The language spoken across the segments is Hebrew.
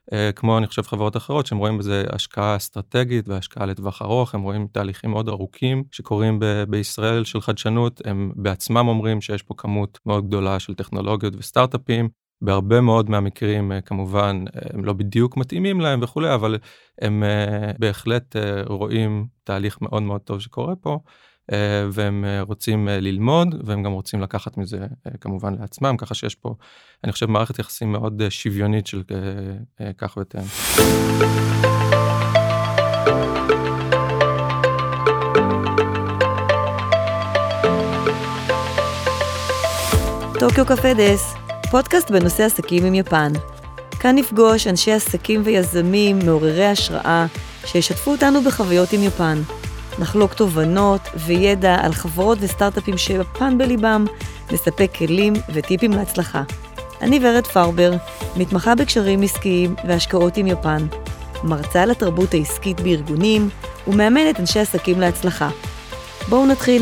כמו אני חושב חברות אחרות, שהם רואים בזה השקעה אסטרטגית והשקעה לטווח ארוך, הם רואים תהליכים מאוד ארוכים שקורים בישראל של חדשנות, הם בעצמם אומרים שיש פה כמות מאוד גדולה של טכנולוגיות וסטארט-אפים, בהרבה מאוד מהמקרים כמובן הם לא בדיוק מתאימים להם וכולי, אבל הם בהחלט רואים תהליך מאוד מאוד טוב שקורה פה, והם רוצים ללמוד, והם גם רוצים לקחת מזה כמובן לעצמם, ככה שיש פה, אני חושב, מערכת יחסים מאוד שוויונית של כך ותן. טוקיו קפה דס, פודקאסט בנושא עסקים עם יפן. כאן נפגוש אנשי עסקים ויזמים מעוררי השראה שישתפו אותנו בחוויות עם יפן. נחלוק תובנות וידע על חברות וסטארט-אפים שיפן בליבם, נספק כלים וטיפים להצלחה. אני ורד פרבר, מתמחה בקשרים עסקיים והשקעות עם יפן, מרצה על התרבות העסקית בארגונים ומאמנת אנשי עסקים להצלחה. בואו נתחיל.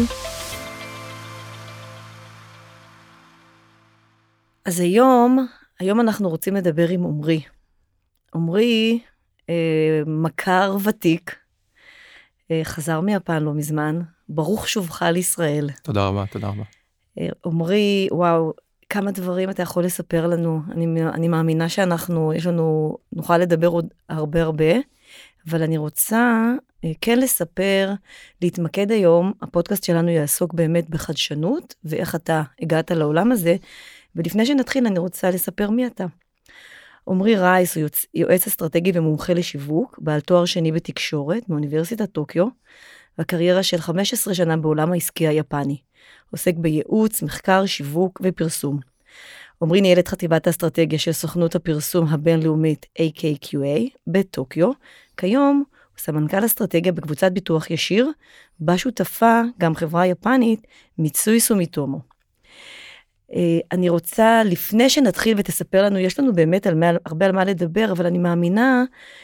אז היום אנחנו רוצים לדבר עם עומרי. עומרי, מכר ותיק, חזר מיפן לא מזמן, ברוך שובך לישראל. תודה רבה, תודה רבה. עומרי, וואו, כמה דברים אתה יכול לספר לנו. אני מאמינה נוכל לדבר עוד הרבה, אבל אני רוצה כן לספר, להתמקד היום, הפודקאסט שלנו יעסוק באמת בחדשנות, ואיך אתה הגעת לעולם הזה, ולפני שנתחיל אני רוצה לספר מי אתה. עומרי רייס הוא יועץ אסטרטגי ומומחה לשיווק, בעל תואר שני בתקשורת מאוניברסיטת טוקיו, והקריירה של 15 שנה בעולם העסקי היפני. עוסק בייעוץ, מחקר, שיווק ופרסום. עומרי ניהל את חטיבת האסטרטגיה של סוכנות הפרסום הבינלאומית AKQA בטוקיו. כיום הוא סמנכ"ל אסטרטגיה בקבוצת ביטוח ישיר, בה שותפה גם חברה יפנית מיצוי סומיטומו. אני רוצה, לפני שנתחיל ותספר לנו, יש לנו באמת הרבה על מה לדבר, אבל אני מאמינה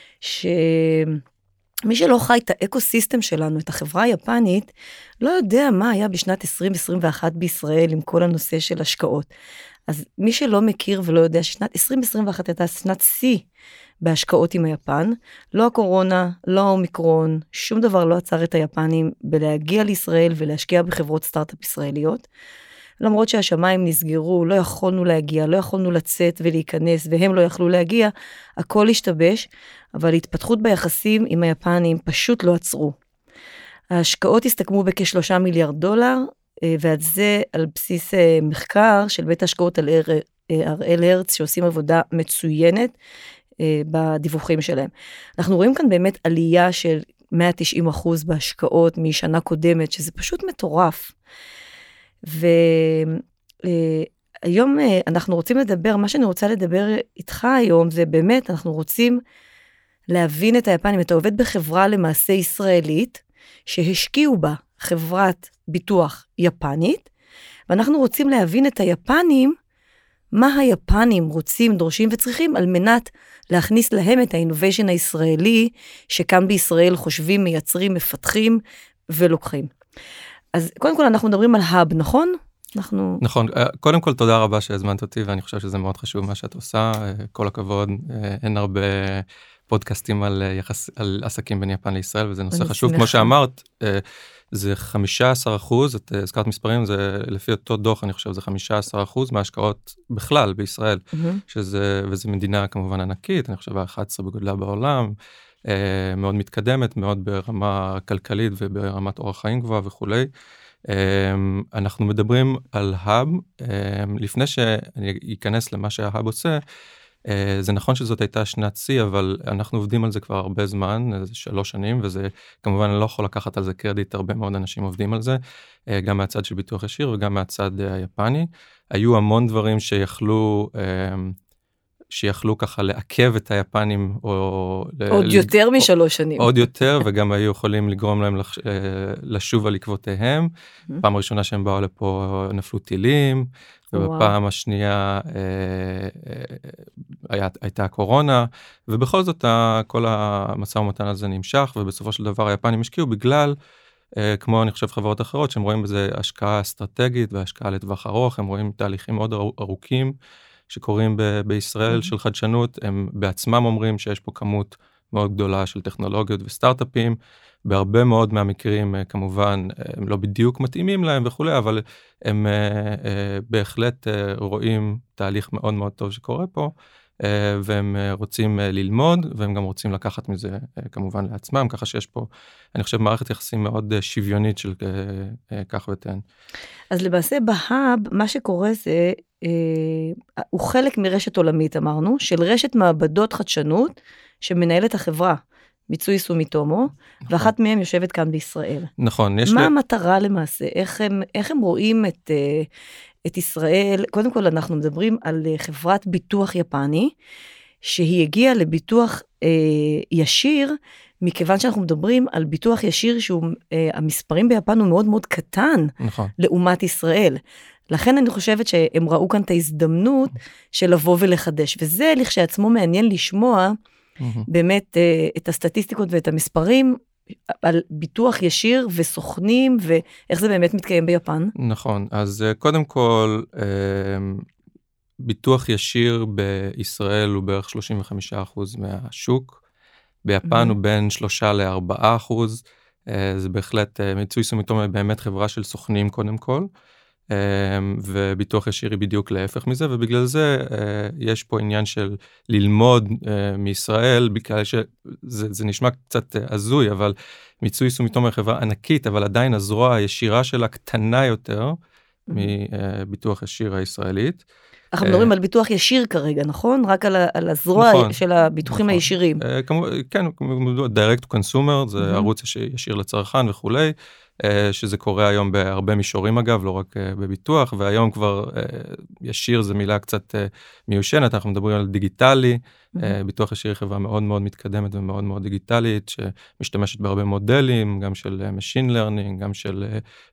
שמי שלא חי את האקוסיסטם שלנו, את החברה היפנית, לא יודע מה היה בשנת 2021 בישראל עם כל הנושא של השקעות. אז מי שלא מכיר ולא יודע ששנת 2021 הייתה שנת שיא בהשקעות עם היפן, לא הקורונה, לא האומיקרון, שום דבר לא עצר את היפנים בלהגיע לישראל ולהשקיע בחברות סטארט-אפ ישראליות. למרות שהשמיים נסגרו, לא יכולנו להגיע, לא יכולנו לצאת ולהיכנס, והם לא יכלו להגיע, הכל השתבש, אבל התפתחות ביחסים עם היפנים פשוט לא עצרו. ההשקעות הסתכמו בכ$3 מיליארד, ועד זה על בסיס מחקר של בית ההשקעות על הראל הרץ, שעושים עבודה מצוינת בדיווחים שלהם. אנחנו רואים כאן באמת עלייה של 190% בהשקעות משנה קודמת, שזה פשוט מטורף. והיום אנחנו רוצים לדבר, מה שאני רוצה לדבר איתך היום, זה באמת, אנחנו רוצים להבין את היפנים, אתה עובד בחברה למעשה ישראלית, שהשקיעו בה חברת ביטוח יפנית, ואנחנו רוצים להבין את היפנים, מה היפנים רוצים, דורשים וצריכים, על מנת להכניס להם את האינוביישן הישראלי, שכאן בישראל חושבים, מייצרים, ולוקחים. אז קודם כל אנחנו מדברים על האב, נכון? נכון, קודם כל תודה רבה שהזמנת אותי, ואני חושב שזה מאוד חשוב מה שאת עושה, כל הכבוד, אין הרבה פודקאסטים על עסקים בין יפן לישראל, וזה נושא חשוב, כמו שאמרת, זה 15%, את הזכרת מספרים, זה לפי אותו דוח, אני חושב, זה 15% מההשקעות בכלל בישראל, וזה מדינה כמובן ענקית, אני חושב, 11 בגודלה בעולם, מאוד מתקדמת, מאוד ברמה כלכלית וברמת אורח חיים גבוהה וכולי. אנחנו מדברים על האב, לפני שאני אכנס למה שההאב עושה, זה נכון שזאת הייתה שנת שיא, אבל אנחנו עובדים על זה כבר הרבה זמן, 3 שנים, וזה כמובן אני לא יכול לקחת על זה קרדיט, הרבה מאוד אנשים עובדים על זה, גם מהצד של ביטוח ישיר וגם מהצד היפני. היו המון דברים שיכלו ככה לעכב את היפנים, עוד יותר מ3 שנים. עוד יותר, וגם היו יכולים לגרום להם לשוב על עקבותיהם. פעם הראשונה שהם באו לפה נפלו טילים, ובפעם השנייה הייתה קורונה, ובכל זאת כל המשא ומתן הזה נמשך, ובסופו של דבר היפנים השקיעו בגלל, כמו אני חושב חברות אחרות, שהם רואים בזה השקעה אסטרטגית והשקעה לטווח ארוך, הם רואים תהליכים מאוד ארוכים, שקורים בישראל של חדשנות, הם בעצמם אומרים שיש פה כמות מאוד גדולה של טכנולוגיות וסטארט-אפים, בהרבה מאוד מהמקרים כמובן הם לא בדיוק מתאימים להם וכולי, אבל הם בהחלט רואים תהליך מאוד מאוד טוב שקורה פה, והם רוצים ללמוד, והם גם רוצים לקחת מזה כמובן לעצמם, ככה שיש פה, אני חושב, מערכת יחסים מאוד שוויונית של כך ותן. אז למעשה בהאב, מה שקורה זה, הוא חלק מרשת עולמית, אמרנו, של רשת מעבדות חדשנות, שמנהלת החברה, מיצוי סומיטומו, נכון. ואחת מהם יושבת כאן בישראל. נכון. מה המטרה למעשה? איך הם רואים את ישראל? קודם כל אנחנו מדברים על חברת ביטוח יפני, שהיא הגיעה לביטוח ישיר, מכיוון שאנחנו מדברים על ביטוח ישיר, המספרים ביפן הוא מאוד מאוד קטן, נכון. לעומת ישראל. לכן אני חושבת שהם ראו כאן את ההזדמנות של לבוא ולחדש, וזה לכשעצמו מעניין לשמוע, באמת את הסטטיסטיקות ואת המספרים על ביטוח ישיר וסוכנים, ואיך זה באמת מתקיים ביפן. נכון, אז קודם כל, ביטוח ישיר בישראל הוא בערך 35% מהשוק, ביפן הוא בין 3-4%, זה בהחלט, מיצוי סומיטומו באמת חברה של סוכנים קודם כל, וביטוח ישיר היא בדיוק להפך מזה, ובגלל זה יש פה עניין של ללמוד מישראל, בגלל שזה נשמע קצת הזוי, אבל מיצוי סומיטומו היא חברה ענקית, אבל עדיין הזרוע הישירה שלה קטנה יותר מביטוח ישיר הישראלית. אנחנו מדברים על ביטוח ישיר כרגע, נכון? רק על הזרוע של הביטוחים הישירים. כן, direct to consumer, זה ערוץ ישיר לצרכן וכולי, שזה קורה היום בהרבה מישורים אגב, לא רק בביטוח, והיום כבר ישיר זה מילה קצת מיושנת, אנחנו מדברים על דיגיטלי, ביטוח ישיר היא חברה מאוד מאוד מתקדמת ומאוד מאוד דיגיטלית, שמשתמשת בהרבה מודלים, גם של Machine Learning, גם של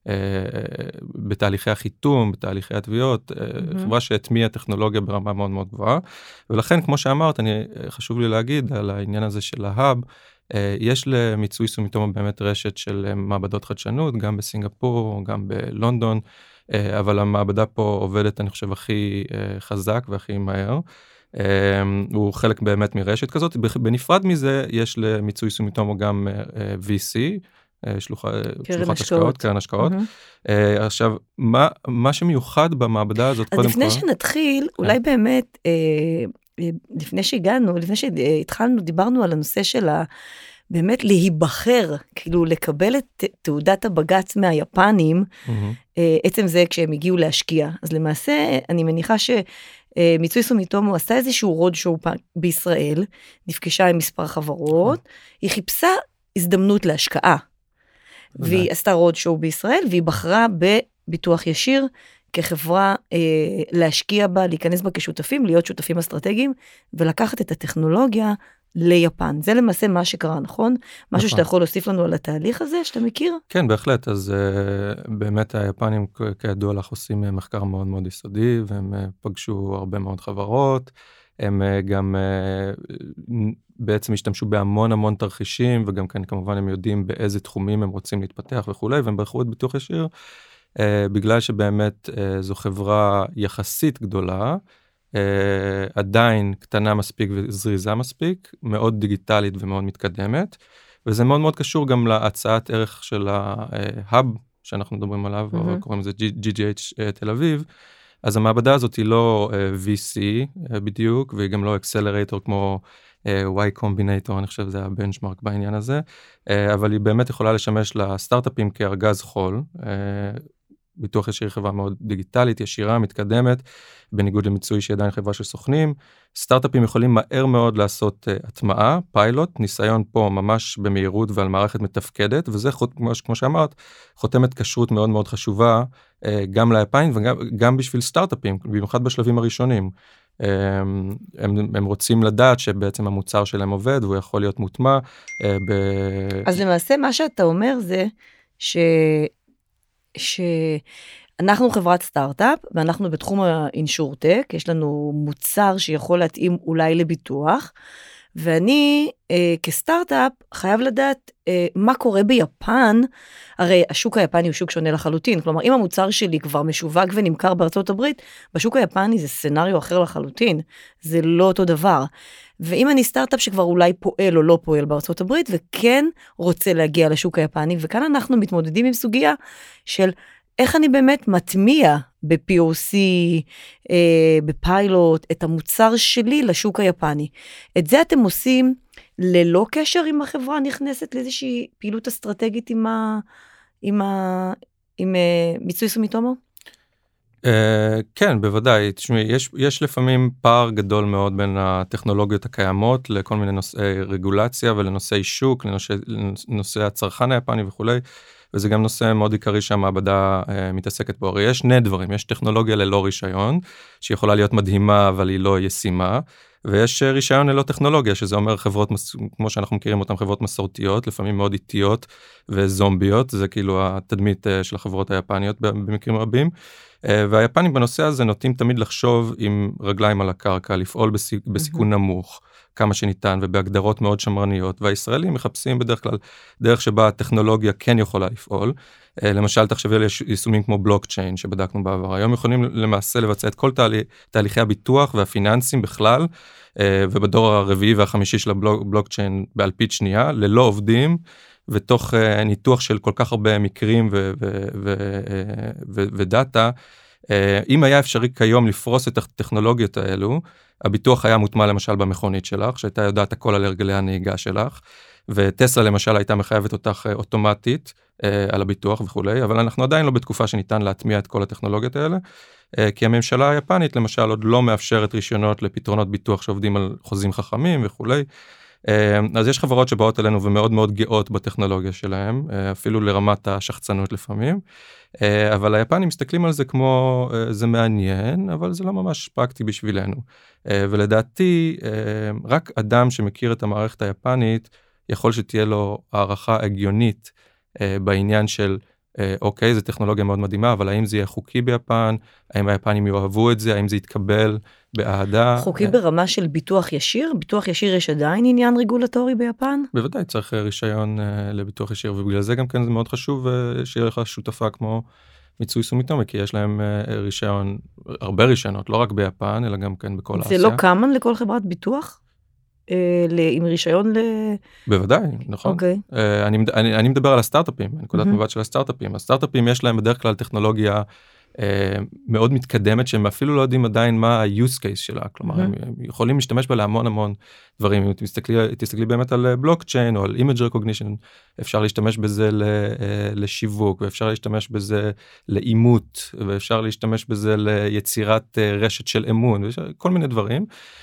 בתהליכי החיתום, בתהליכי התביעות, חברה שהטמיעה טכנולוגיה ברמה מאוד מאוד גבוהה, ולכן כמו שאמרת, חשוב לי להגיד על העניין הזה של ההאב, יש למיצוי סומיטומו באמת רשת של מעבדות חדשנות, גם בסינגפור, גם בלונדון, אבל המעבדה פה עובדת, אני חושב, הכי חזק והכי מהר. הוא חלק באמת מרשת כזאת. בנפרד מזה, יש למיצוי סומיטומו גם VC, שלוחת השקעות, קרן השקעות. עכשיו, מה שמיוחד במעבדה הזאת, קודם כל... אז לפני שנתחיל, אולי באמת... לפני שהתחלנו, דיברנו על הנושא של באמת להיבחר, כאילו לקבל את תעודת הבג"ץ מהיפנים, עצם זה כשהם הגיעו להשקיע. אז למעשה, אני מניחה שמיצוי סומיטומו עשתה איזשהו רוד שואו בישראל, נפגשה עם מספר חברות, היא חיפשה הזדמנות להשקעה, והיא עשתה רוד שואו בישראל, והיא בחרה בביטוח ישיר, כחברה להשקיע בה, להיכנס בה כשותפים, להיות שותפים אסטרטגיים, ולקחת את הטכנולוגיה ליפן. זה למעשה מה שקרה, נכון? משהו שאתה יכול להוסיף לנו על התהליך הזה, שאתה מכיר? כן, בהחלט. אז באמת היפנים, כידוע לך, עושים מחקר מאוד מאוד יסודי, והם פגשו הרבה מאוד חברות, הם גם בעצם השתמשו בהמון המון תרחישים, וגם כאן כמובן הם יודעים באיזה תחומים הם רוצים להתפתח וכולי, והם בחרו את ביטוח ישיר, בגלל שבאמת זו חברה יחסית גדולה, עדיין קטנה מספיק וזריזה מספיק, מאוד דיגיטלית ומאוד מתקדמת, וזה מאוד מאוד קשור גם להצעת ערך של ההאב שאנחנו מדברים עליו, או קוראים לזה GGH תל אביב, אז המעבדה הזאת היא לא VC בדיוק, והיא גם לא אקסלרייטור כמו Y Combinator, אני חושב שזה הבנצ'מרק בעניין הזה, אבל היא באמת יכולה לשמש לסטארט-אפים כארגז חול, ביטוח ישיר חברה מאוד דיגיטלית, ישירה, מתקדמת, בניגוד למיצוי שהיא עדיין חברה של סוכנים. סטארט-אפים יכולים מהר מאוד לעשות הטמעה, פיילוט, ניסיון פה ממש במהירות ועל מערכת מתפקדת, וזה, כמו שאמרת, חותמת כשרות מאוד מאוד חשובה, גם ליפן וגם בשביל סטארט-אפים, במיוחד בשלבים הראשונים. הם רוצים לדעת שבעצם המוצר שלהם עובד, והוא יכול להיות מוטמע. אז למעשה מה שאתה אומר זה שאנחנו חברת סטארט-אפ, ואנחנו בתחום האינשורטק, יש לנו מוצר שיכול להתאים אולי לביטוח, ואני כסטארט-אפ חייב לדעת מה קורה ביפן, הרי השוק היפני הוא שוק שונה לחלוטין, כלומר אם המוצר שלי כבר משווק ונמכר בארצות הברית, בשוק היפני זה סנריו אחר לחלוטין, זה לא אותו דבר. ואם אני סטארט-אפ שכבר אולי פועל או לא פועל בארצות הברית, וכן רוצה להגיע לשוק היפני, וכאן אנחנו מתמודדים עם סוגיה של איך אני באמת מטמיע ב-POC, בפיילוט, את המוצר שלי לשוק היפני. את זה אתם עושים ללא קשר עם החברה נכנסת לאיזושהי פעילות אסטרטגית עם מיצוי סומיטומו? כן, בוודאי. תשמעי, יש לפעמים פער גדול מאוד בין הטכנולוגיות הקיימות לכל מיני נושאי רגולציה ולנושאי שוק, לנושאי הצרכן היפני וכולי. וזה גם נושא מאוד עיקרי שהמעבדה מתעסקת בו. הרי יש שני דברים, יש טכנולוגיה ללא רישיון, שיכולה להיות מדהימה, אבל היא לא ישימה, ויש רישיון ללא טכנולוגיה, שזה אומר חברות, כמו שאנחנו מכירים אותן, חברות מסורתיות, לפעמים מאוד איטיות וזומביות, זה כאילו התדמית של החברות היפניות במקרים רבים, והיפנים בנושא הזה נוטים תמיד לחשוב עם רגליים על הקרקע, לפעול בסיכון נמוך, כמה שניתן, ובהגדרות מאוד שמרניות, והישראלים מחפשים בדרך כלל דרך שבה הטכנולוגיה כן יכולה לפעול. למשל, תחשבי על יישומים כמו בלוקצ'יין שבדקנו בעבר. היום יכולים למעשה לבצע את כל תהליכי הביטוח והפיננסים בכלל, ובדור הרביעי והחמישי של הבלוקצ'יין באלפית שנייה, ללא עובדים, ותוך ניתוח של כל כך הרבה מקרים ודאטה, אם היה אפשרי כיום לפרוס את הטכנולוגיות האלו, הביטוח היה מוטמע למשל במכונית שלך, שהייתה יודעת הכל על הרגלי הנהיגה שלך, וטסלה למשל הייתה מחייבת אותך אוטומטית על הביטוח וכולי, אבל אנחנו עדיין לא בתקופה שניתן להטמיע את כל הטכנולוגיות האלה, כי הממשלה היפנית למשל עוד לא מאפשרת רישיונות לפתרונות ביטוח שעובדים על חוזים חכמים וכולי, אז יש חברות שבאות אלינו ומאוד מאוד גאות בטכנולוגיה שלהם, אפילו לרמת השחצנות לפעמים, אבל היפנים מסתכלים על זה כמו זה מעניין, אבל זה לא ממש פרקטי בשבילנו. ולדעתי, רק אדם שמכיר את המערכת היפנית, יכול שתהיה לו הערכה הגיונית בעניין של, אוקיי, זו טכנולוגיה מאוד מדהימה, אבל האם זה יהיה חוקי ביפן? האם היפנים יאהבו את זה? האם זה יתקבל באהדה? חוקי ברמה של ביטוח ישיר? ביטוח ישיר יש עדיין עניין רגולטורי ביפן? בוודאי, צריך רישיון לביטוח ישיר, ובגלל זה גם כן זה מאוד חשוב שיהיה לך שותפה כמו מיצוי סומיטומי, כי יש להם רישיון, הרבה רישיונות, לא רק ביפן, אלא גם כן בכל אסיה. זה לא קאמן לכל חברת ביטוח? עם רישיון בוודאי, נכון. אוקיי. אני מדבר על הסטארט-אפים, נקודת מבט של הסטארט-אפים. הסטארט-אפים יש להם בדרך כלל טכנולוגיה מאוד מתקדמת, שהם אפילו לא יודעים עדיין מה ה-use case שלה, כלומר, הם יכולים להשתמש בה להמון דברים. אם תסתכלי באמת על בלוקצ'יין או על image recognition, אפשר להשתמש בזה לשיווק, ואפשר להשתמש בזה לאימות, ואפשר להשתמש בזה ליצירת רשת של אמון, כל מיני דברים.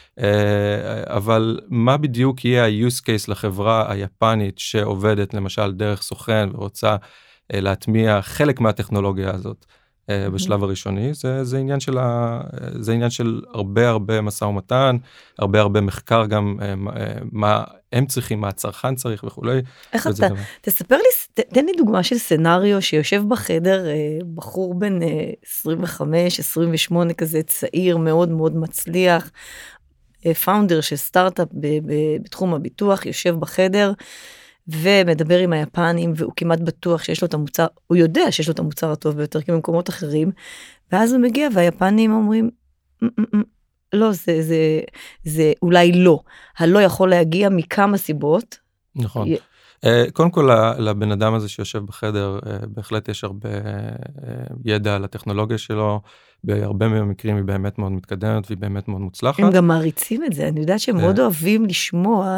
אבל מה בדיוק יהיה ה-use case לחברה היפנית שעובדת למשל דרך סוכן ורוצה להטמיע חלק מהטכנולוגיה הזאת בשלב הראשוני, זה עניין של הרבה משא ומתן, הרבה מחקר גם מה הם צריכים, מה הצרכן צריך וכולי. איך אתה, תספר לי, תן לי דוגמה של סנריו שיושב בחדר בחור בן 25, 28 כזה צעיר מאוד מאוד מצליח, פאונדר של סטארט-אפ בתחום הביטוח, יושב בחדר ומדבר עם היפנים, והוא כמעט בטוח שיש לו את המוצר, הוא יודע שיש לו את המוצר הטוב ביותר, כי במקומות אחרים, ואז הוא מגיע, והיפנים אומרים, לא, זה אולי לא. הלא יכול להגיע מכמה סיבות. נכון. קודם כל, לבן אדם הזה שיושב בחדר, בהחלט יש הרבה ידע על הטכנולוגיה שלו, בהרבה מהמקרים היא באמת מאוד מתקדמת, והיא באמת מאוד מוצלחת. הם גם מעריצים את זה, אני יודעת שהם מאוד אוהבים לשמוע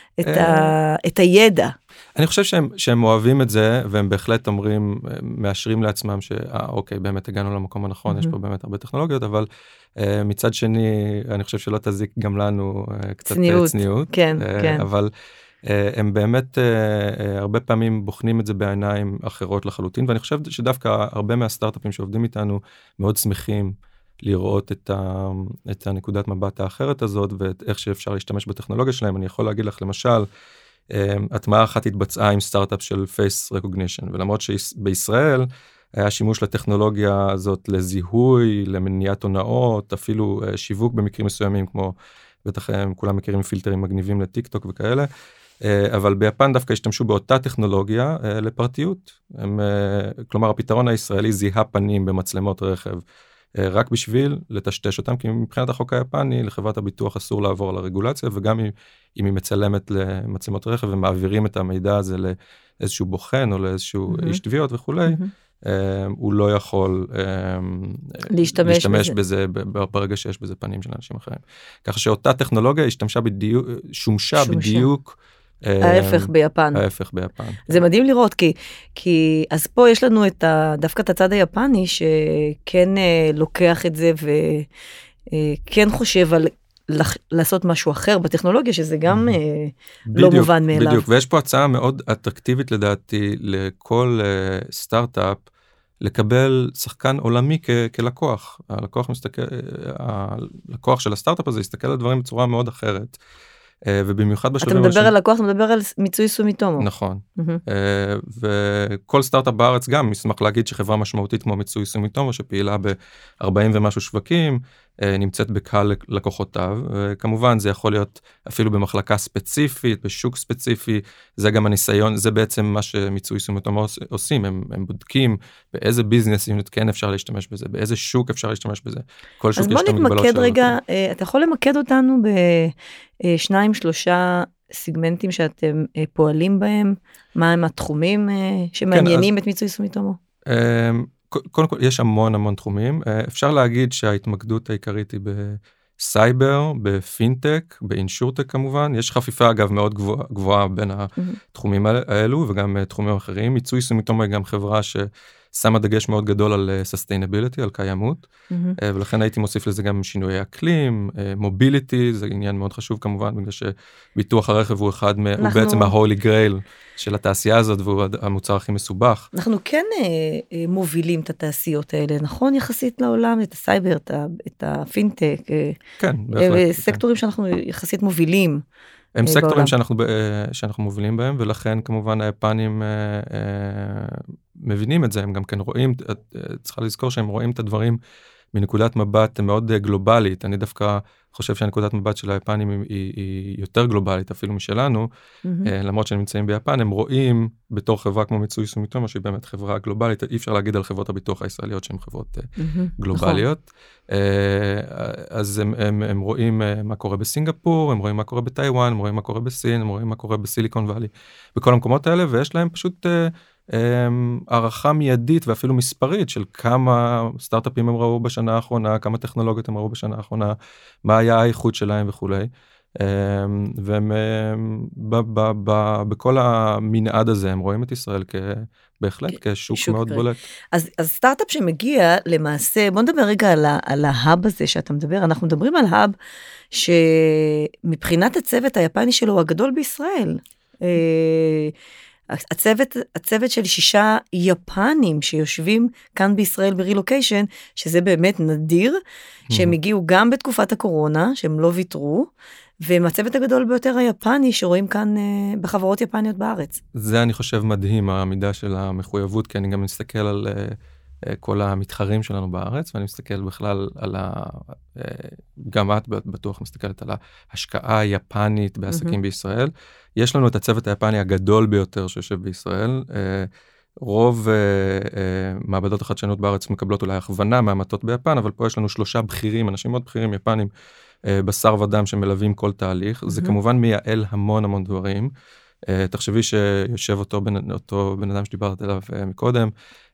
את הידע. אני חושב שהם אוהבים את זה, והם בהחלט אומרים, מאשרים לעצמם אוקיי, באמת הגענו למקום הנכון, יש פה באמת הרבה טכנולוגיות, אבל מצד שני, אני חושב שלא תזיק גם לנו קצת צניעות. כן. אבל הם באמת הרבה פעמים בוחנים את זה בעיניים אחרות לחלוטין, ואני חושב שדווקא הרבה מהסטארט-אפים שעובדים איתנו מאוד שמחים לראות את הנקודת מבט האחרת הזאת, ואת איך שאפשר להשתמש בטכנולוגיה שלהם. אני יכול להגיד לך, למשל, הטמעה אחת התבצעה עם סטארט-אפ של Face Recognition, ולמרות שבישראל היה שימוש לטכנולוגיה הזאת לזיהוי, למניעת הונאות, אפילו שיווק במקרים מסוימים כמו בטח כולם מכירים פילטרים מגניבים לטיק טוק וכאלה, אבל ביפן דווקא השתמשו באותה טכנולוגיה לפרטיות. כלומר, הפתרון הישראלי זיהה פנים במצלמות רכב, רק בשביל לטשטש אותם, כי מבחינת החוק היפני, לחברת הביטוח אסור לעבור על הרגולציה, וגם אם היא מצלמת למצלמות רכב, ומעבירים את המידע הזה לאיזשהו בוחן, או לאיזשהו איש תביעות וכולי, הוא לא יכול להשתמש בזה ברגע שיש בזה פנים של אנשים אחרים. ככה שאותה טכנולוגיה שומשה בדיוק ההפך ביפן. זה מדהים לראות, כי אז פה יש לנו דווקא את הצד היפני, שכן לוקח את זה וכן חושב על לעשות משהו אחר בטכנולוגיה, שזה גם לא מובן מאליו. בדיוק, ויש פה הצעה מאוד אטרקטיבית לדעתי לכל סטארט-אפ, לקבל שחקן עולמי כלקוח. הלקוח של הסטארט-אפ הזה יסתכל על דברים בצורה מאוד אחרת. ובמיוחד בשלבים... אתה מדבר על לקוח, אתה מדבר על מיצוי סומיטומו. נכון. וכל סטארט-אפ בארץ גם ישמח להגיד שחברה משמעותית כמו מיצוי סומיטומו, שפעילה ב-40 ומשהו שווקים, נמצאת בקהל לקוחותיו, וכמובן זה יכול להיות אפילו במחלקה ספציפית, בשוק ספציפי, זה גם הניסיון, זה בעצם מה שמיצוי סומיטומו עושים, הם בודקים באיזה ביזנס יוניט כן אפשר להשתמש בזה, באיזה שוק אפשר להשתמש בזה. כל שוק אז בוא נתמקד רגע, אתה יכול למקד אותנו בשניים, שלושה סיגמנטים שאתם פועלים בהם, מה הם התחומים שמעניינים את מיצוי סומיטומו? קודם כל, יש המון תחומים. אפשר להגיד שההתמקדות העיקרית היא בסייבר, בפינטק, באינשורטק כמובן. יש חפיפה אגב מאוד גבוהה בין התחומים האלו וגם תחומים אחרים. מיצוי סומיטומו היא גם חברה ששמה דגש מאוד גדול על sustainability, על קיימות, ולכן הייתי מוסיף לזה גם שינויי אקלים, מוביליטי, זה עניין מאוד חשוב כמובן, בגלל שביטוח הרכב הוא הוא בעצם ההולי גרייל של התעשייה הזאת, והוא המוצר הכי מסובך. אנחנו כן מובילים את התעשיות האלה, נכון? יחסית לעולם, את הסייבר, את הפינטק, כן, בהחלט. סקטורים שאנחנו יחסית מובילים. הם סקטורים שאנחנו מובילים בהם, ולכן כמובן היפנים מבינים את זה, הם גם כן רואים, צריכה לזכור שהם רואים את הדברים מנקודת מבט מאוד גלובלית. אני דווקא חושב שהנקודת מבט של היפנים היא יותר גלובלית אפילו משלנו, למרות שהם נמצאים ביפן, הם רואים בתור חברה כמו מיצוי סומיטומו, שהיא באמת חברה גלובלית, אי אפשר להגיד על חברות הביטוח הישראליות שהן חברות גלובליות. אז הם רואים מה קורה בסינגפור, הם רואים מה קורה בטייוואן, הם רואים מה קורה בסין, הם רואים מה קורה בסיליקון ואלי, בכל המקומות האלה, ויש להם פשוט הערכה מיידית ואפילו מספרית של כמה סטארט-אפים הם ראו בשנה האחרונה, כמה טכנולוגיות הם ראו בשנה האחרונה, מה היה האיכות שלהם וכולי. והם בכל המנעד הזה הם רואים את ישראל בהחלט כשוק מאוד בולט. אז סטארט-אפ שמגיע למעשה, בוא נדבר רגע על ההאב הזה שאתה מדבר, אנחנו מדברים על האב שמבחינת הצוות היפני שלו הוא הגדול בישראל. הצוות של 6 יפנים שיושבים כאן בישראל ברילוקיישן, שזה באמת נדיר, שהם הגיעו גם בתקופת הקורונה, שהם לא ויתרו, והם הצוות הגדול ביותר היפני שרואים כאן בחברות יפניות בארץ. זה אני חושב מדהים, העמידה של המחויבות, כי אני גם מסתכל על כל המתחרים שלנו בארץ, ואני מסתכל בכלל על גם את בטוח מסתכלת על ההשקעה היפנית בעסקים בישראל. יש לנו את הצוות היפני הגדול ביותר שיושב בישראל. רוב מעבדות החדשנות בארץ מקבלות אולי הכוונה מהמטות ביפן, אבל פה יש לנו 3 בכירים, אנשים מאוד בכירים יפנים, בשר ודם שמלווים כל תהליך. זה כמובן מייעל המון דברים. תחשבי שיושב אותו בן אדם שדיברת עליו מקודם,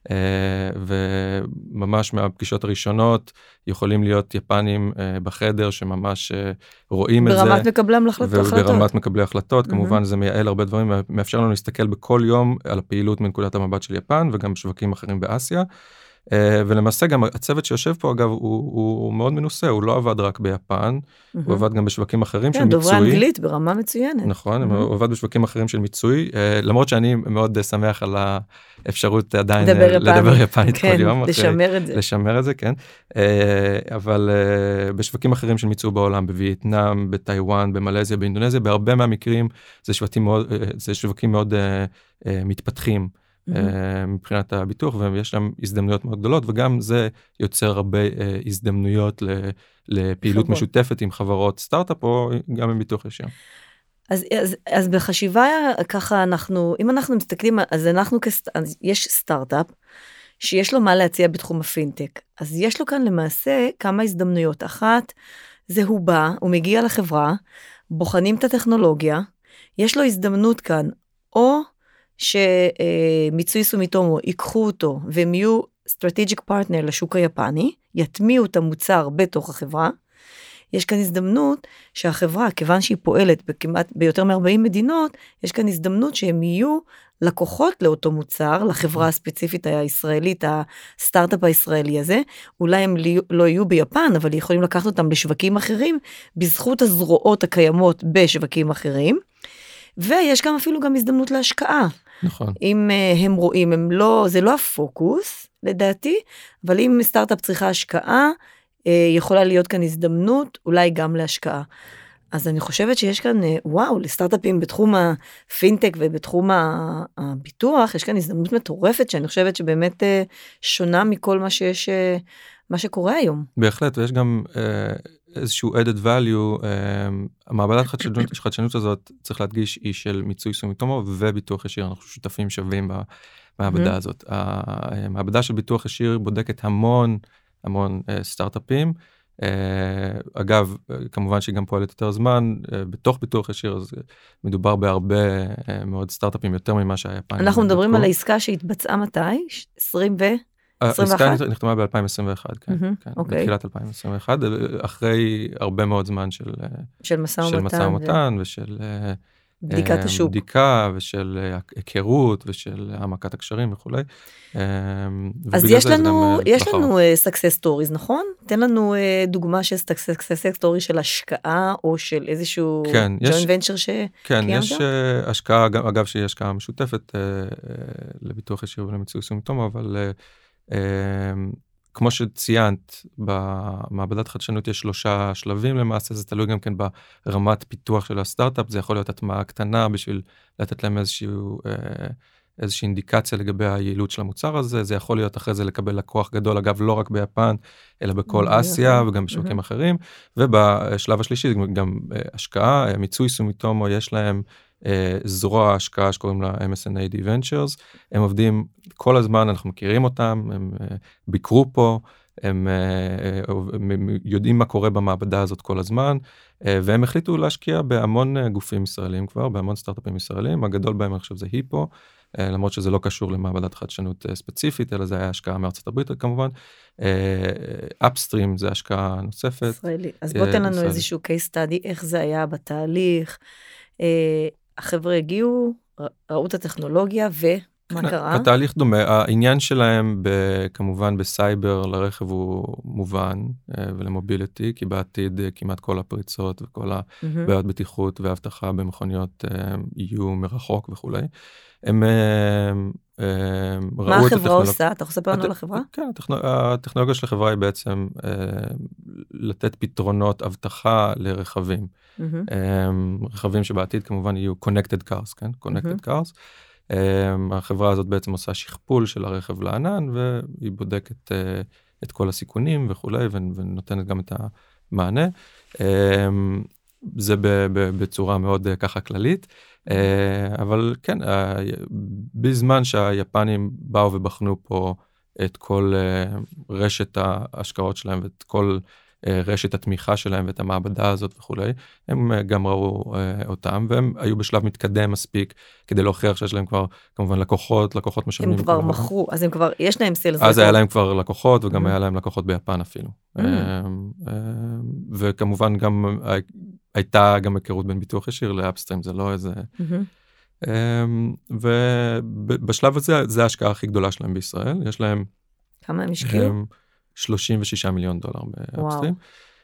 וממש מהפגישות הראשונות יכולים להיות יפנים בחדר שממש רואים את זה. ברמת מקבלי החלטות. וברמת מקבלי החלטות, כמובן זה מייעל הרבה דברים, מאפשר לנו להסתכל בכל יום על הפעילות מנקודת המבט של יפן, וגם שווקים אחרים באסיה. ולמעשה גם הצוות שיושב פה אגב הוא מאוד מנוסה, הוא לא עבד רק ביפן, הוא עבד גם בשווקים אחרים של מיצוי. דוברי אנגלית ברמה מצוינת. נכון, הוא עבד בשווקים אחרים של מיצוי, למרות שאני מאוד שמח על האפשרות עדיין לדבר יפנית כל יום. לשמר את זה, כן. אבל בשווקים אחרים של מיצוי בעולם, בווייטנאם, בטייוואן, במלזיה, באינדונזיה, בהרבה מהמקרים זה שווקים מאוד מתפתחים. מבחינת הביטוח, ויש להם הזדמנויות מאוד גדולות, וגם זה יוצר הרבה הזדמנויות לפעילות משותפת עם חברות סטארט-אפ, או גם עם ביטוח ישיר. אז בחשיבה ככה אם אנחנו מסתכלים, אז יש סטארט-אפ, שיש לו מה להציע בתחום הפינטק. אז יש לו כאן למעשה כמה הזדמנויות. אחת, זה הוא מגיע לחברה, בוחנים את הטכנולוגיה, יש לו הזדמנות כאן, או שמיצוי סומיטומו ייקחו אותו, והם יהיו strategic partner לשוק היפני, יטמיעו את המוצר בתוך החברה. יש כאן הזדמנות שהחברה, כיוון שהיא פועלת ביותר מ-40 מדינות, יש כאן הזדמנות שהם יהיו לקוחות לאותו מוצר, לחברה הספציפית הישראלית, הסטארט-אפ הישראלי הזה, אולי הם לא יהיו ביפן, אבל יכולים לקחת אותם לשווקים אחרים, בזכות הזרועות הקיימות בשווקים אחרים, ויש גם אפילו גם הזדמנות להשקעה. נכון. אם הם רואים, זה לא הפוקוס, לדעתי, אבל אם סטארט-אפ צריכה השקעה, יכולה להיות כאן הזדמנות, אולי גם להשקעה. אז אני חושבת שיש כאן, לסטארט-אפים בתחום הפינטק ובתחום הביטוח, יש כאן הזדמנות מטורפת, שאני חושבת שבאמת שונה מכל מה שקורה היום. בהחלט, ויש גם איזשהו added value, המעבדת חדשנות הזאת, צריך להדגיש, היא של מיצוי סומיטומו וביטוח ישיר, אנחנו שותפים שווים במעבדה הזאת. המעבדה של ביטוח ישיר בודקת המון סטארט-אפים, אגב, כמובן שהיא גם פועלת יותר זמן, בתוך ביטוח ישיר, אז מדובר בהרבה מאוד סטארט-אפים, יותר ממה שהיפנים. אנחנו מדברים על העסקה שהתבצעה מתי? 2021? העסקה נחתמה ב-2021, כן. בתחילת 2021, אחרי הרבה מאוד זמן של משא ומתן, ושל בדיקת השוק. בדיקה, ושל היכרות, ושל העמקת הקשרים וכו'. אז יש לנו success stories, נכון? תן לנו דוגמה של success story של השקעה, או של איזשהו joint venture שקיימת? כן, יש השקעה, אגב שהיא השקעה משותפת לביטוח ישיר ולמיצוי סומיטומו, אבל כמו שציינת, במעבדת חדשנות יש 3 שלבים למעשה, זה תלוי גם כן ברמת פיתוח של הסטארט-אפ, זה יכול להיות הטמעה קטנה בשביל לתת להם איזושהי אינדיקציה לגבי היעילות של המוצר הזה, זה יכול להיות אחרי זה לקבל לקוח גדול, אגב לא רק ביפן, אלא בכל אסיה וגם בשווקים אחרים, ובשלב השלישי גם השקעה, מיצוי סומיטומו, יש להם זרוע השקעה שקוראים לה MSNAD Ventures, הם עובדים כל הזמן, אנחנו מכירים אותם, הם ביקרו פה, הם יודעים מה קורה במעבדה הזאת כל הזמן, והם החליטו להשקיע בהמון גופים ישראלים כבר, בהמון סטארט-אפים ישראלים, הגדול בהם אני חושב זה היפו, למרות שזה לא קשור למעבדת חדשנות ספציפית, אלא זה היה השקעה מארצות הברית כמובן, אפסטרים זה השקעה נוספת. ישראלי, אז בוא תן לנו איזשהו case study, איך זה היה בתהליך, החבר'ה הגיעו, ראו את הטכנולוגיה, ומה קרה? התהליך דומה, העניין שלהם כמובן בסייבר לרכב הוא מובן, ולמוביליטי, כי בעתיד כמעט כל הפריצות וכל הבעיות בטיחות והבטחה במכוניות יהיו מרחוק וכו'. הם מה החברה עושה? אתה יכול לספר לנו על החברה? כן, הטכנולוגיה של החברה היא בעצם לתת פתרונות אבטחה לרכבים. רכבים שבעתיד כמובן יהיו connected cars, כן? connected cars. החברה הזאת בעצם עושה שכפול של הרכב לענן, והיא בודקת את כל הסיכונים וכו', ונותנת גם את המענה. זה בצורה מאוד ככה כללית. אבל כן, בזמן שהיפנים באו ובחנו פה את כל רשת ההשקעות שלהם ואת כל רשת התמיכה שלהם ואת המעבדה הזאת וכו', הם גם ראו אותם, והם היו בשלב מתקדם מספיק כדי להוכיח שיש להם כבר כמובן לקוחות משלמים. הם כבר מכרו, אז הם כבר, יש להם סיילס. אז היה להם כבר לקוחות, וגם היה להם לקוחות ביפן אפילו. וכמובן גם הייתה גם היכרות בין ביטוח ישיר לאפסטרים, זה לא איזה... ובשלב הזה, זה ההשקעה הכי גדולה שלהם בישראל, יש להם... כמה הם השקיעו? 36 מיליון דולר באפסטרים.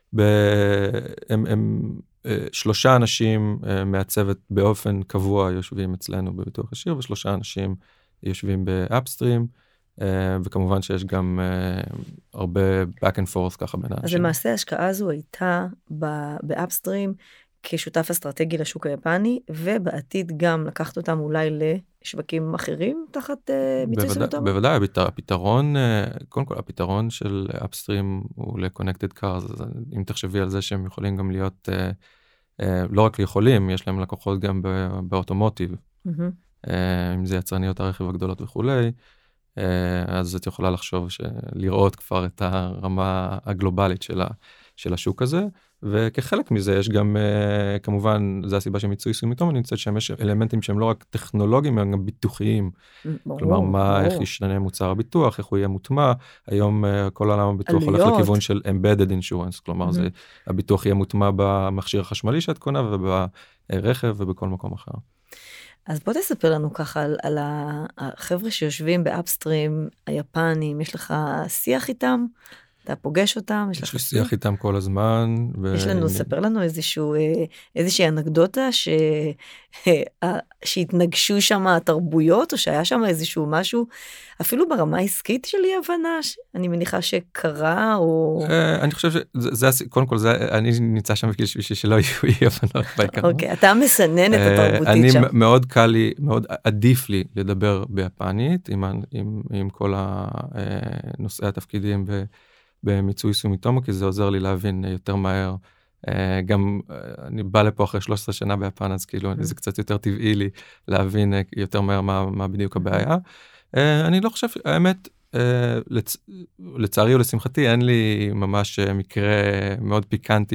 הם 3 אנשים מהצוות באופן קבוע יושבים אצלנו בביטוח ישיר, ו3 אנשים יושבים באפסטרים, וכמובן שיש גם הרבה back and forth ככה בין האנשים. אז למעשה ההשקעה הזו הייתה באפסטרים כשותף אסטרטגי לשוק היפני, ובעתיד גם לקחת אותם אולי שווקים אחרים תחת מיצוי סומיטומו? בוודאי, קודם כל הפתרון של אפסטרים הוא ל-Connected Cars, אז אם תחשבי על זה שהם יכולים גם להיות, לא רק יכולים, יש להם לקוחות גם באוטומוטיב, אם זה יצרניות הרכב הגדולות וכולי, אז את יכולה לחשוב לראות כבר את הרמה הגלובלית של השוק הזה, וכחלק מזה יש גם, כמובן, זה הסיבה שמיצוי סומיטומו נמצאת שם, יש אלמנטים שהם לא רק טכנולוגיים, הם גם ביטוחיים. כלומר, איך ישתנה מוצר הביטוח, איך הוא יהיה מוטמע. היום כל העולם הביטוח הולך לכיוון של embedded insurance, כלומר, הביטוח יהיה מוטמע במכשיר החשמלי שאת קונה, וברכב ובכל מקום אחר. אז בוא תספר לנו ככה על החבר'ה שיושבים באפסטרים, היפנים, יש לך שיח איתם? אתה פוגש אותם? יש לי שיח איתם כל הזמן. יש לנו, ספר לנו איזושהי אנקדוטה שהתנגשו שם התרבויות, או שהיה שם איזשהו משהו, אפילו ברמה העסקית של אי הבנה, אני מניחה שקרה, או... אני חושב קודם כל, אני נמצא שם בשביל שלא יהיו אי הבנות בעיקר. אוקיי, אתה מסנן את התרבותית שם. מאוד קל לי, מאוד עדיף לי לדבר ביפנית, עם כל נושאי התפקידים במיצוי סומיטומו, כי זה עוזר לי להבין יותר מהר. גם אני בא לפה אחרי 13 שנה ביפן, אז כאילו זה קצת יותר טבעי לי להבין יותר מהר מה בדיוק הבעיה. אני לא חושב, האמת, לצערי או לשמחתי, אין לי ממש מקרה מאוד פיקנטי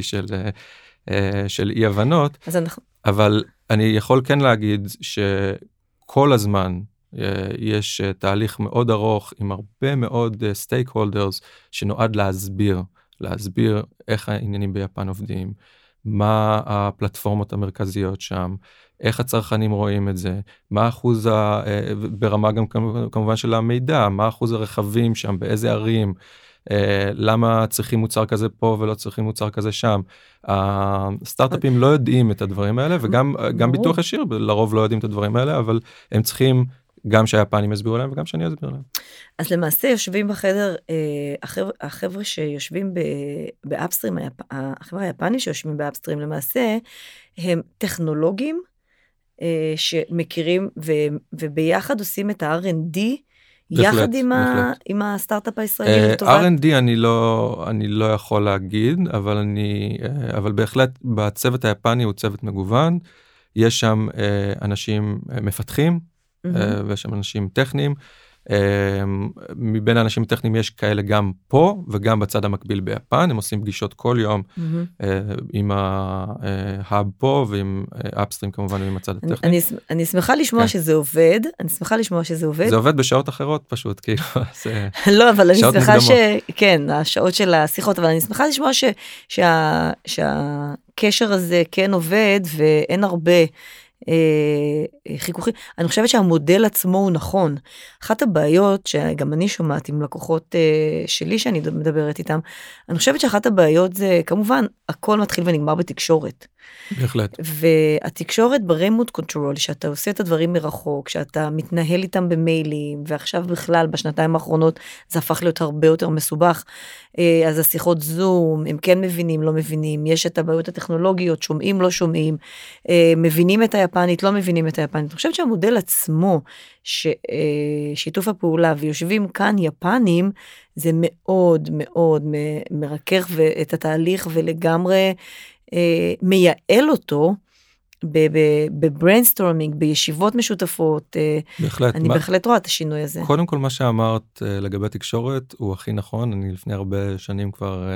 של אי הבנות, אבל אני יכול כן להגיד שכל הזמן, יש תהליך מאוד ארוך עם הרבה מאוד סטייק הולדרס שנועד להסביר איך העניינים ביפן עובדים, מה הפלטפורמות המרכזיות שם, איך הצרכנים רואים את זה, מה אחוז, ברמה גם כמובן של המידע, מה אחוז הרכבים שם, באיזה ערים, למה צריכים מוצר כזה פה ולא צריכים מוצר כזה שם. הסטארט-אפים לא יודעים את הדברים האלה, וגם ביטוח ישיר לרוב לא יודעים את הדברים האלה, אבל הם צריכים גם שהיפנים יסבירו להם וגם שאני אסביר להם. אז למעשה יושבים בחדר, החבר'ה שיושבים באפסטרים, החבר'ה היפנים שיושבים באפסטרים, למעשה הם טכנולוגים שמכירים וביחד עושים את ה-R&D, יחד עם הסטארט-אפ הישראלי לטובת? R&D אני לא יכול להגיד, אבל בהחלט בצוות היפני הוא צוות מגוון, יש שם אנשים מפתחים, ויש שם אנשים טכניים, מבין האנשים הטכניים יש כאלה גם פה, וגם בצד המקביל ביפן, הם עושים פגישות כל יום, עם ההאב פה, ועם אפסטרים כמובן, ועם הצד הטכני. אני שמחה לשמוע שזה עובד, זה עובד בשעות אחרות פשוט, כאילו, לא, אבל אני שמחה כן, השעות של השיחות, אבל אני שמחה לשמוע שהקשר הזה כן עובד, ואין הרבה חיכוכים. אני חושבת שהמודל עצמו הוא נכון. אחת הבעיות שגם אני שומעת עם לקוחות שלי שאני מדברת איתם, אני חושבת שאחת הבעיות זה כמובן הכל מתחיל ונגמר בתקשורת. בהחלט. והתקשורת ברמוט קונטרול, שאתה עושה את הדברים מרחוק, שאתה מתנהל איתם במיילים, ועכשיו בכלל בשנתיים האחרונות זה הפך להיות הרבה יותר מסובך, אז השיחות זום, הם כן מבינים, לא מבינים, יש את הבעיות הטכנולוגיות, שומעים, לא שומעים, מבינים את היפנית, לא מבינים את היפנית. אני חושבת שהמודל עצמו, שיתוף הפעולה, ויושבים כאן יפנים, זה מאוד מאוד מרכך את התהליך, ולגמרי מייעל אותו, בבריינסטורמינג, בישיבות משותפות, בהחלט. אני בהחלט רואה את השינוי הזה. קודם כל מה שאמרת לגבי תקשורת הוא הכי נכון, אני לפני הרבה שנים כבר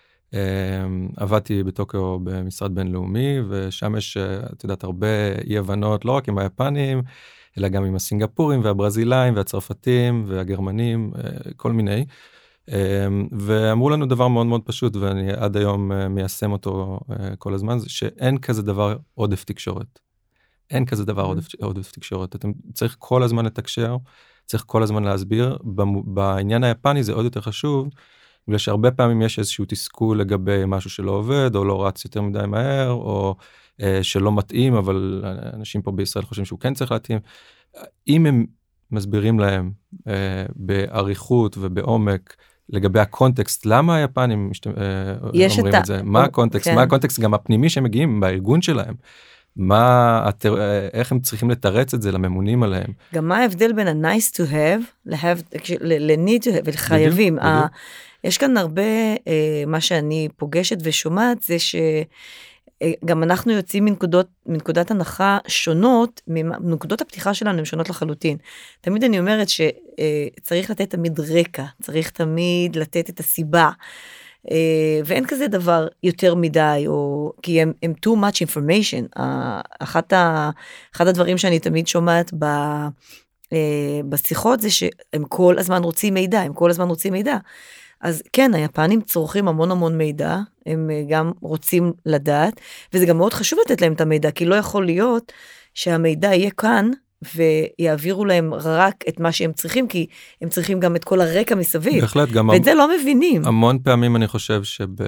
עבדתי בטוקיו במשרד בינלאומי, ושם יש, את יודעת, הרבה אי הבנות, לא רק עם היפנים, אלא גם עם הסינגפורים והברזילאים והצרפתים והגרמנים, כל מיני. ואמרו לנו דבר מאוד מאוד פשוט, ואני עד היום מיישם אותו כל הזמן, זה שאין כזה דבר עודף תקשורת. אין כזה דבר עודף תקשורת. אתם צריך כל הזמן לתקשר, צריך כל הזמן להסביר. בעניין היפני זה עוד יותר חשוב, בגלל שהרבה פעמים יש איזשהו תסכול לגבי משהו שלא עובד, או לא רץ יותר מדי מהר, או שלא מתאים, אבל אנשים פה בישראל חושבים שהוא כן צריך להתאים. אם הם מסבירים להם בעריכות ובעומק, לגבי הקונטקסט, למה היפנים אומרים את זה? מה הקונטקסט? מה הקונטקסט גם הפנימי שהם מגיעים בארגון שלהם? איך הם צריכים לתרץ את זה לממונים עליהם. גם מה ההבדל בין ה-nice to have, ל-need to have, ולחייבים. יש כאן הרבה, מה שאני פוגשת ושומעת, זה שגם אנחנו יוצאים מנקודת הנחה שונות, מנקודות הפתיחה שלנו הן שונות לחלוטין. תמיד אני אומרת שצריך לתת תמיד רקע, צריך תמיד לתת את הסיבה, ואין כזה דבר יותר מדי, כי הם too much information. אחד הדברים שאני תמיד שומעת בשיחות, זה שהם כל הזמן רוצים מידע, אז כן, היפנים צורכים המון המון מידע, הם גם רוצים לדעת, וזה גם מאוד חשוב לתת להם את המידע, כי לא יכול להיות שהמידע יהיה כאן, ויעבירו להם רק את מה שהם צריכים, כי הם צריכים גם את כל הרקע מסביב. בהחלט, גם ואת זה לא מבינים. המון פעמים אני חושב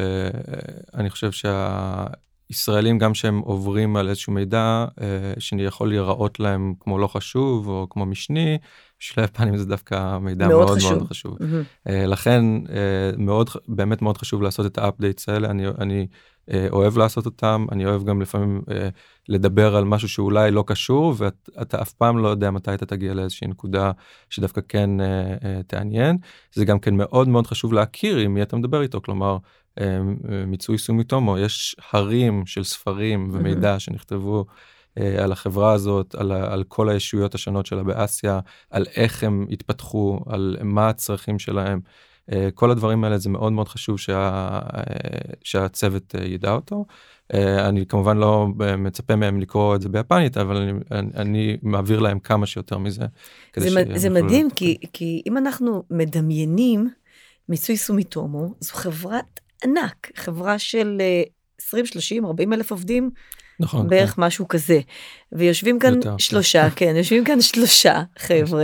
שהישראלים, גם שהם עוברים על איזשהו מידע, שאני יכול להיראות להם כמו לא חשוב, או כמו משני, בשביל היפנים זה דווקא מידע מאוד מאוד חשוב. לכן, באמת מאוד חשוב לעשות את האפדייטס האלה, אני אוהב לעשות אותם, אני אוהב גם לפעמים לדבר על משהו שאולי לא קשור, ואתה אף פעם לא יודע מתי אתה תגיע לאיזושהי נקודה שדווקא כן תעניין. זה גם כן מאוד מאוד חשוב להכיר עם מי אתה מדבר איתו, כלומר, מיצוי סומיטומו, יש הרים של ספרים ומידע שנכתבו על החברה הזאת, על כל הישויות השונות שלה באסיה, על איך הם התפתחו, על מה הצרכים שלהם. כל הדברים האלה זה מאוד מאוד חשוב שהצוות ידע אותו. אני כמובן לא מצפה מהם לקרוא את זה ביפנית, אבל אני מעביר להם כמה שיותר מזה. זה מדהים, כי אם אנחנו מדמיינים, מיצוי סומיטומו, זו חברת ענק, חברה של 20, 30, 40 אלף עובדים, נכון, בערך כן. משהו כזה. ויושבים כאן יושבים כאן שלושה חבר'ה,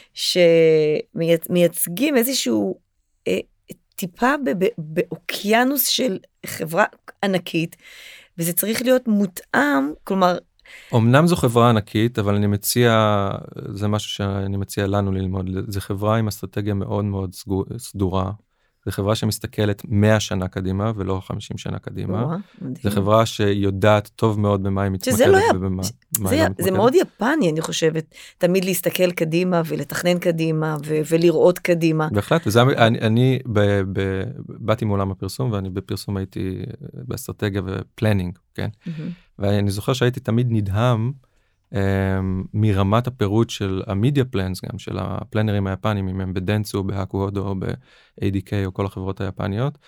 שמייצגים איזשהו טיפה באוקיינוס של חברה ענקית, וזה צריך להיות מותאם, כלומר... אמנם זו חברה ענקית, אבל אני מציע, זה משהו שאני מציע לנו ללמוד, זה חברה עם אסטרטגיה מאוד מאוד סדורה, זו חברה שמסתכלת 100 שנה קדימה, ולא 50 שנה קדימה. זו חברה שיודעת טוב מאוד במה היא מתמקדת ובמה היא לא מתמקדת. זה מאוד יפני, אני חושבת, תמיד להסתכל קדימה ולתכנן קדימה ולראות קדימה. בהחלט, אני באתי מעולם הפרסום, ואני בפרסום הייתי באסטרטגיה ופלנינג, כן? ואני זוכר שהייתי תמיד נדהם מרמת הפירוט של המדיה פלנס, גם של הפלנרים היפנים, אם הם בדנצו, בהאקו הודו, או ב-ADK, או כל החברות היפניות,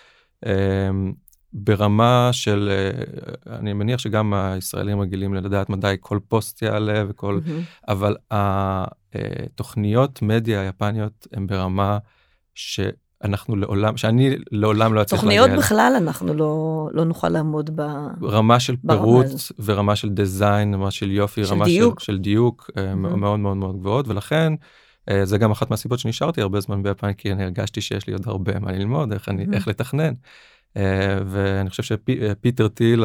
ברמה של, אני מניח שגם הישראלים רגילים לדעת מדי כל פוסט יעלה וכל, אבל התוכניות מדיה היפניות הן ברמה שאני לעולם לא אצליח להגיע. תוכניות בכלל אנחנו לא נוכל לעמוד רמה של פירוט ורמה של דיזיין, רמה של יופי, רמה של דיוק מאוד מאוד מאוד גבוהות, ולכן זה גם אחת מהסיבות שנשארתי הרבה זמן ביפן, כי אני הרגשתי שיש לי עוד הרבה מה ללמוד, איך לתכנן. ואני חושב שפיטר טיל,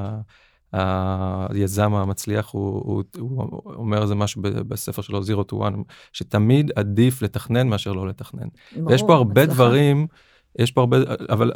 היזם המצליח, הוא אומר איזה משהו בספר שלו, 0 to 1, שתמיד עדיף לתכנן מאשר לא לתכנן. ויש פה הרבה דברים, אבל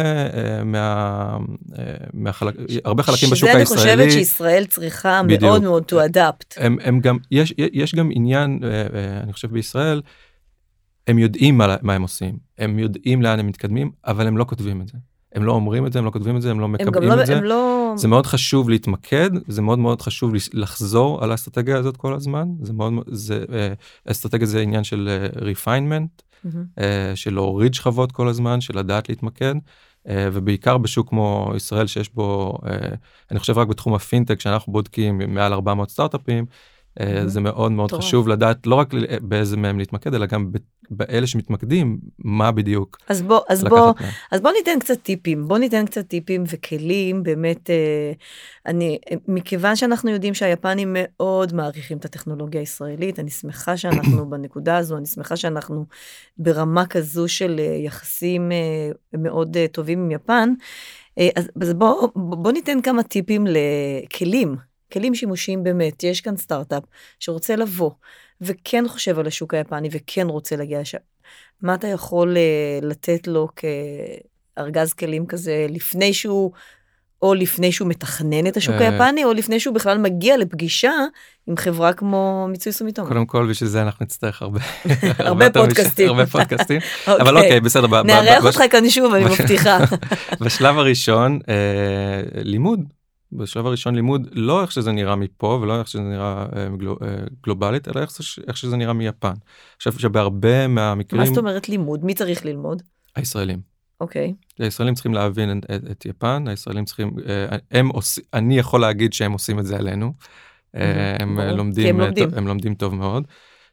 הרבה חלקים בשוק הישראלי. שזה אני חושבת שישראל צריכה מאוד מאוד to adapt. יש גם עניין, אני חושב בישראל, הם יודעים מה הם עושים, הם יודעים לאן הם מתקדמים, אבל הם לא כותבים את זה. הם לא אומרים את זה, הם לא כותבים את זה, הם לא מקבלים את זה. זה מאוד חשוב להתמקד, זה מאוד מאוד חשוב לחזור על האסטרטגיה הזאת כל הזמן. האסטרטגיה זה עניין של refinement, של להוריד שכבות כל הזמן, של לדעת להתמקד, ובעיקר בשוק כמו ישראל שיש בו, אני חושב רק בתחום הפינטק, שאנחנו בודקים מעל 400 סטארט-אפים, זה מאוד מאוד חשוב לדעת לא רק באיזה מהם להתמקד, אלא גם באלה שמתמקדים, מה בדיוק. אז בוא ניתן קצת טיפים וכלים, באמת, מכיוון שאנחנו יודעים שהיפנים מאוד מעריכים את הטכנולוגיה הישראלית, אני שמחה שאנחנו בנקודה הזו, אני שמחה שאנחנו ברמה כזו של יחסים מאוד טובים עם יפן, אז בוא ניתן כמה טיפים כלים שימושיים באמת. יש כאן סטארט-אפ שרוצה לבוא, וכן חושב על השוק היפני, וכן רוצה להגיע לשם. מה אתה יכול לתת לו כארגז כלים כזה, לפני שהוא או לפני שהוא מתכנן את השוק היפני, או לפני שהוא בכלל מגיע לפגישה עם חברה כמו מיצוי סומיטומו. קודם כל, בשביל זה אנחנו נצטרך הרבה פודקאסטים. הרבה פודקאסטים. אבל אוקיי, בסדר. נערך אותך כאן שוב, אני מבטיחה. בשלב הראשון, לימוד. בשלב הראשון לימוד, לא איך שזה נראה מפה, ולא איך שזה נראה גלובלית, אלא איך שזה נראה מיפן. אני חושב שבהרבה מהמקרים... מה זאת אומרת לימוד? מי צריך ללמוד? הישראלים. אוקיי. הישראלים צריכים להבין את יפן, הישראלים צריכים, אני יכול להגיד שהם עושים את זה עלינו, הם לומדים טוב מאוד.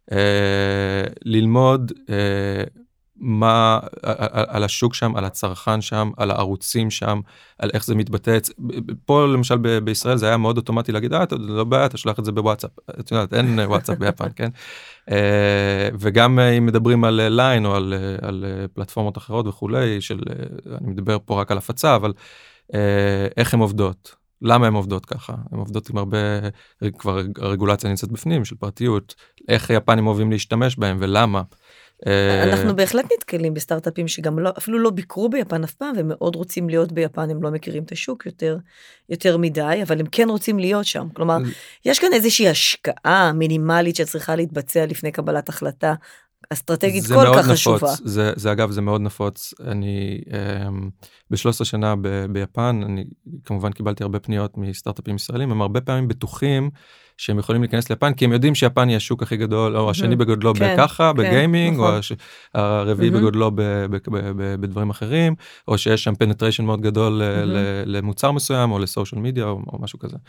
ללמוד מה, על השוק שם, על הצרכן שם, על הערוצים שם, על איך זה מתבטא. פה למשל בישראל זה היה מאוד אוטומטי להגיד, אתה לא בעיה, אתה שלח את זה בוואטסאפ. את יודעת, אין וואטסאפ ביפן, כן? וגם אם מדברים על ליין או על פלטפורמות אחרות וכולי, אני מדבר פה רק על הפצה, אבל איך הן עובדות? למה הן עובדות ככה? הן עובדות עם הרבה, כבר הרגולציה נמצאת בפנים של פרטיות, איך היפנים אוהבים להשתמש בהם ולמה? אנחנו בהחלט נתקלים בסטארט-אפים שגם אפילו לא ביקרו ביפן אף פעם, ומאוד רוצים להיות ביפן, הם לא מכירים את השוק יותר מדי, אבל הם כן רוצים להיות שם. כלומר, יש כאן איזושהי השקעה מינימלית שצריכה להתבצע לפני קבלת החלטה אסטרטגית כל כך חשובה. זה אגב, זה מאוד נפוץ. אני ב-13 שנה ביפן, אני כמובן קיבלתי הרבה פניות מסטארט-אפים ישראלים, הם הרבה פעמים בטוחים שהם יכולים להיכנס ליפן, כי הם יודעים שיפן היא השוק הכי גדול, או השני בגודלו בככה, בגיימינג, או הרביעי בגודלו בדברים אחרים, או שיש שם פנטריישן מאוד גדול למוצר מסוים, או לסושיאל מדיה, או משהו כזה.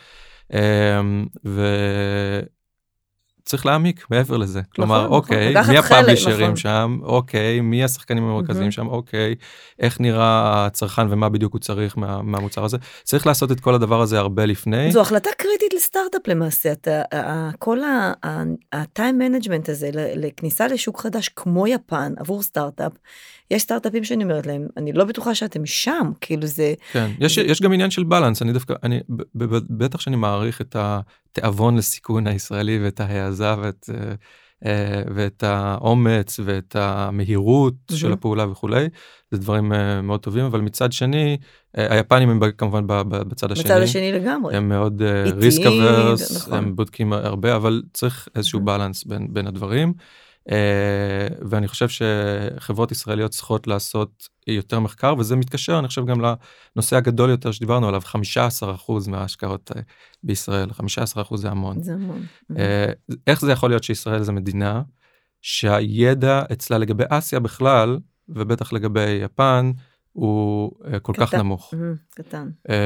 צריך להעמיק מעבר לזה. כלומר, אוקיי, מי הפאבלישרים שם, אוקיי, מי השחקנים המרכזיים שם, אוקיי, איך נראה הצרכן ומה בדיוק הוא צריך מהמוצר הזה. צריך לעשות את כל הדבר הזה הרבה לפני. זו החלטה קריטית לסטארט-אפ למעשה. כל ה-time management הזה, לכניסה לשוק חדש כמו יפן, עבור סטארט-אפ, יש סטארט-אפים שאני אומרת להם, אני לא בטוחה שאתם שם, כאילו זה... כן, יש גם עניין של בלנס, אני דווקא, בטח שאני מעריך את התיאבון לסיכון הישראלי, ואת ההעזה, ואת האומץ, ואת המהירות של הפעולה וכולי, זה דברים מאוד טובים, אבל מצד שני, היפנים הם כמובן בצד השני. בצד השני לגמרי. הם מאוד risk averse, הם בודקים הרבה, אבל צריך איזשהו בלנס בין הדברים. ואני חושב שחברות ישראליות צריכות לעשות יותר מחקר, וזה מתקשר, אני חושב, גם לנושא הגדול יותר שדיברנו עליו, 15% מההשקעות בישראל, 15% זה המון. זה המון. איך זה יכול להיות שישראל זה מדינה, שהידע אצלה לגבי אסיה בכלל, ובטח לגבי יפן, הוא כל כך נמוך. קטן.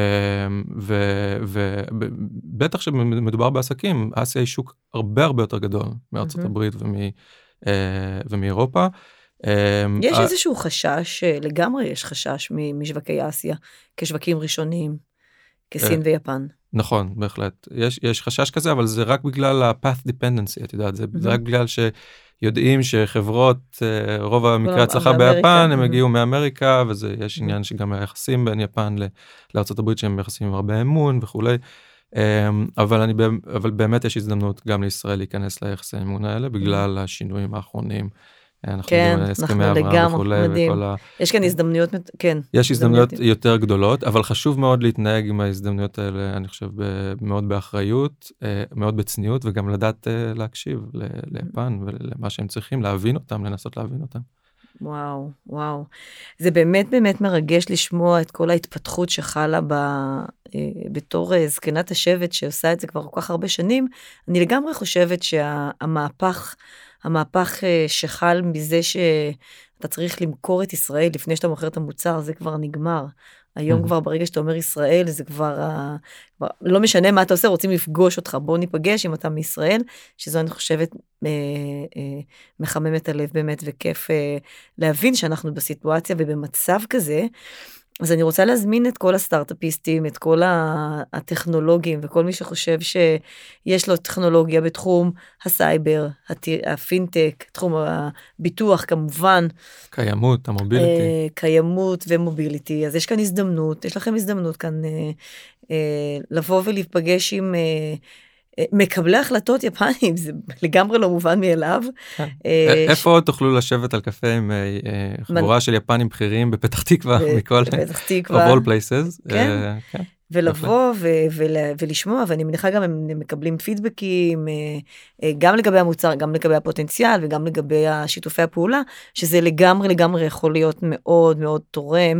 ובטח שמדובר בעסקים, אסיה היא שוק הרבה הרבה יותר גדול מארצות הברית ומאירופה. יש איזשהו חשש, לגמרי יש חשש משווקי אסיה, כשווקים ראשוניים, כסין ויפן. נכון, בהחלט. יש חשש כזה, אבל זה רק בגלל ה-path dependency, את יודעת, זה רק בגלל שיודעים שחברות, רוב המקרה הצלחה ביפן, הם הגיעו מאמריקה, ויש עניין שגם היחסים בין יפן לארצות הברית, שהם יחסים עם הרבה אמון וכולי. אבל באמת יש הזדמנות גם לישראל להיכנס ליחסי האמון האלה, בגלל השינויים האחרונים. כן, אנחנו לגמרי, מדהים. יש כאן הזדמנויות, כן. יש הזדמנויות יותר גדולות, אבל חשוב מאוד להתנהג עם ההזדמנויות האלה, אני חושב, מאוד באחריות, מאוד בצניעות, וגם לדעת להקשיב ליפן ולמה שהם צריכים, להבין אותם, לנסות להבין אותם. וואו, וואו. זה באמת באמת מרגש לשמוע את כל ההתפתחות שחלה בתור זקנת השבט שעושה את זה כבר כל כך הרבה שנים. אני לגמרי חושבת המהפך שחל מזה שאתה צריך למכור את ישראל לפני שאתה מוכר את המוצר, זה כבר נגמר. היום כבר ברגע שאתה אומר ישראל, זה כבר לא משנה מה אתה עושה, רוצים לפגוש אותך, בוא ניפגש אם אתה מישראל, שזו אני חושבת מחמם את הלב באמת, וכיף להבין שאנחנו בסיטואציה ובמצב כזה. אז אני רוצה להזמין את כל הסטארט-אפיסטים, את כל הטכנולוגים, וכל מי שחושב שיש לו טכנולוגיה בתחום הסייבר, הפינטק, תחום הביטוח כמובן. קיימות, המוביליטי. קיימות ומוביליטי. אז יש כאן הזדמנות, יש לכם הזדמנות כאן לבוא ולהיפגש עם מקבלי החלטות יפנים, זה לגמרי לא מובן מאליו. איפה עוד תוכלו לשבת על קפה עם חבורה של יפנים בכירים בפתח תקווה, מכל, of all places. ולבוא ולשמוע, ואני מניחה גם הם מקבלים פידבקים, גם לגבי המוצר, גם לגבי הפוטנציאל, וגם לגבי השיתופי הפעולה, שזה לגמרי יכול להיות מאוד מאוד תורם,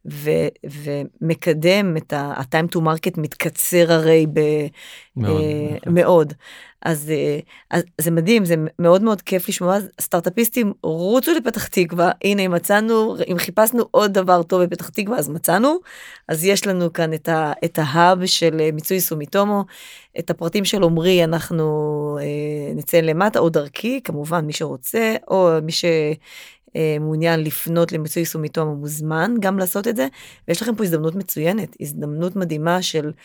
ומקדם את ה-time to market מתקצר הרי מאוד. אז זה מדהים, זה מאוד מאוד כיף לשמוע, סטארט-אפיסטים רוצו לפתח תקווה, הנה אם חיפשנו עוד דבר טוב בפתח תקווה, אז מצאנו, אז יש לנו כאן את ההאב של מיצוי סומיטומו, את הפרטים של עומרי אנחנו נציין למטה, או דרכי, כמובן מי שרוצה, או מי מעוניין לפנות למיצוי סומיטומו מוזמן גם לעשות את זה, ויש לכם פה הזדמנות מצוינת, הזדמנות מדהימה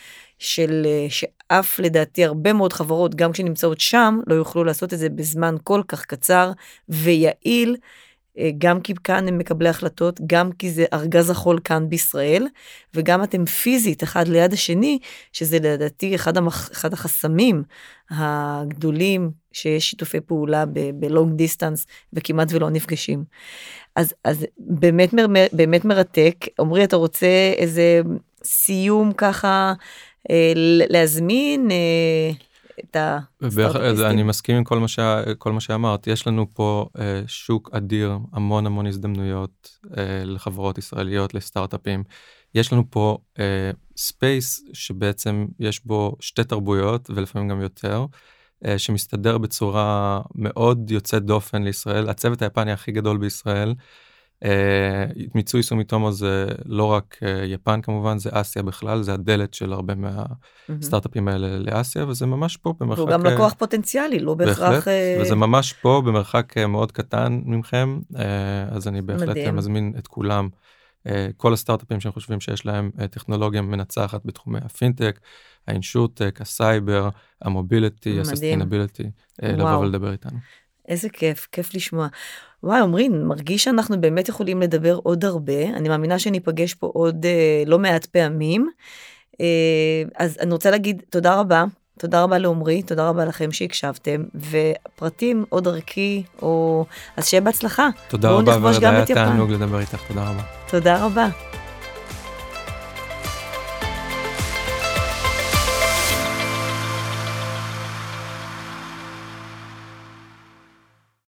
שאף לדעתי הרבה מאוד חברות, גם כשנמצאות שם, לא יוכלו לעשות את זה בזמן כל כך קצר ויעיל, גם כי כאן הם מקבלי החלטות, גם כי זה ארגז החול כאן בישראל, וגם אתם פיזית אחד ליד השני, שזה לדעתי אחד החסמים הגדולים, שיש שיתופי פעולה בלונג דיסטנס, וכמעט ולא נפגשים. אז באמת מרתק. עומרי, אתה רוצה איזה סיום ככה, להזמין את אני מסכים עם כל מה שאמרת. יש לנו פה שוק אדיר, המון הזדמנויות לחברות ישראליות, לסטארט-אפים. יש לנו פה ספייס שבעצם יש בו שתי תרבויות, ולפעמים גם יותר, שמסתדר בצורה מאוד יוצאת דופן לישראל. הצוות היפני הכי גדול בישראל, מיצוי סומיטומו זה לא רק יפן כמובן, זה אסיה בכלל, זה הדלת של הרבה מהסטארט-אפים האלה לאסיה, וזה ממש פה במרחק... הוא גם לקוח פוטנציאלי, לא בהכרח... וזה ממש פה במרחק מאוד קטן ממכם, אז אני בהחלט מזמין את כולם, כל הסטארט-אפים שהם חושבים שיש להם טכנולוגיה מנצחת בתחומי הפינטק, האינשורטק, הסייבר, המוביליטי, הססטיינביליטי, לבוא ולדבר איתנו. איזה כיף לשמוע. וואי, עומרין, מרגיש שאנחנו באמת יכולים לדבר עוד הרבה, אני מאמינה שניפגש פה עוד לא מעט פעמים, אז אני רוצה להגיד תודה רבה לעומרי, תודה רבה לכם שהקשבתם, ופרטים או דרכי, אז שיהיה בהצלחה. תודה רבה, והיה תענוג לדבר איתך, תודה רבה. תודה רבה.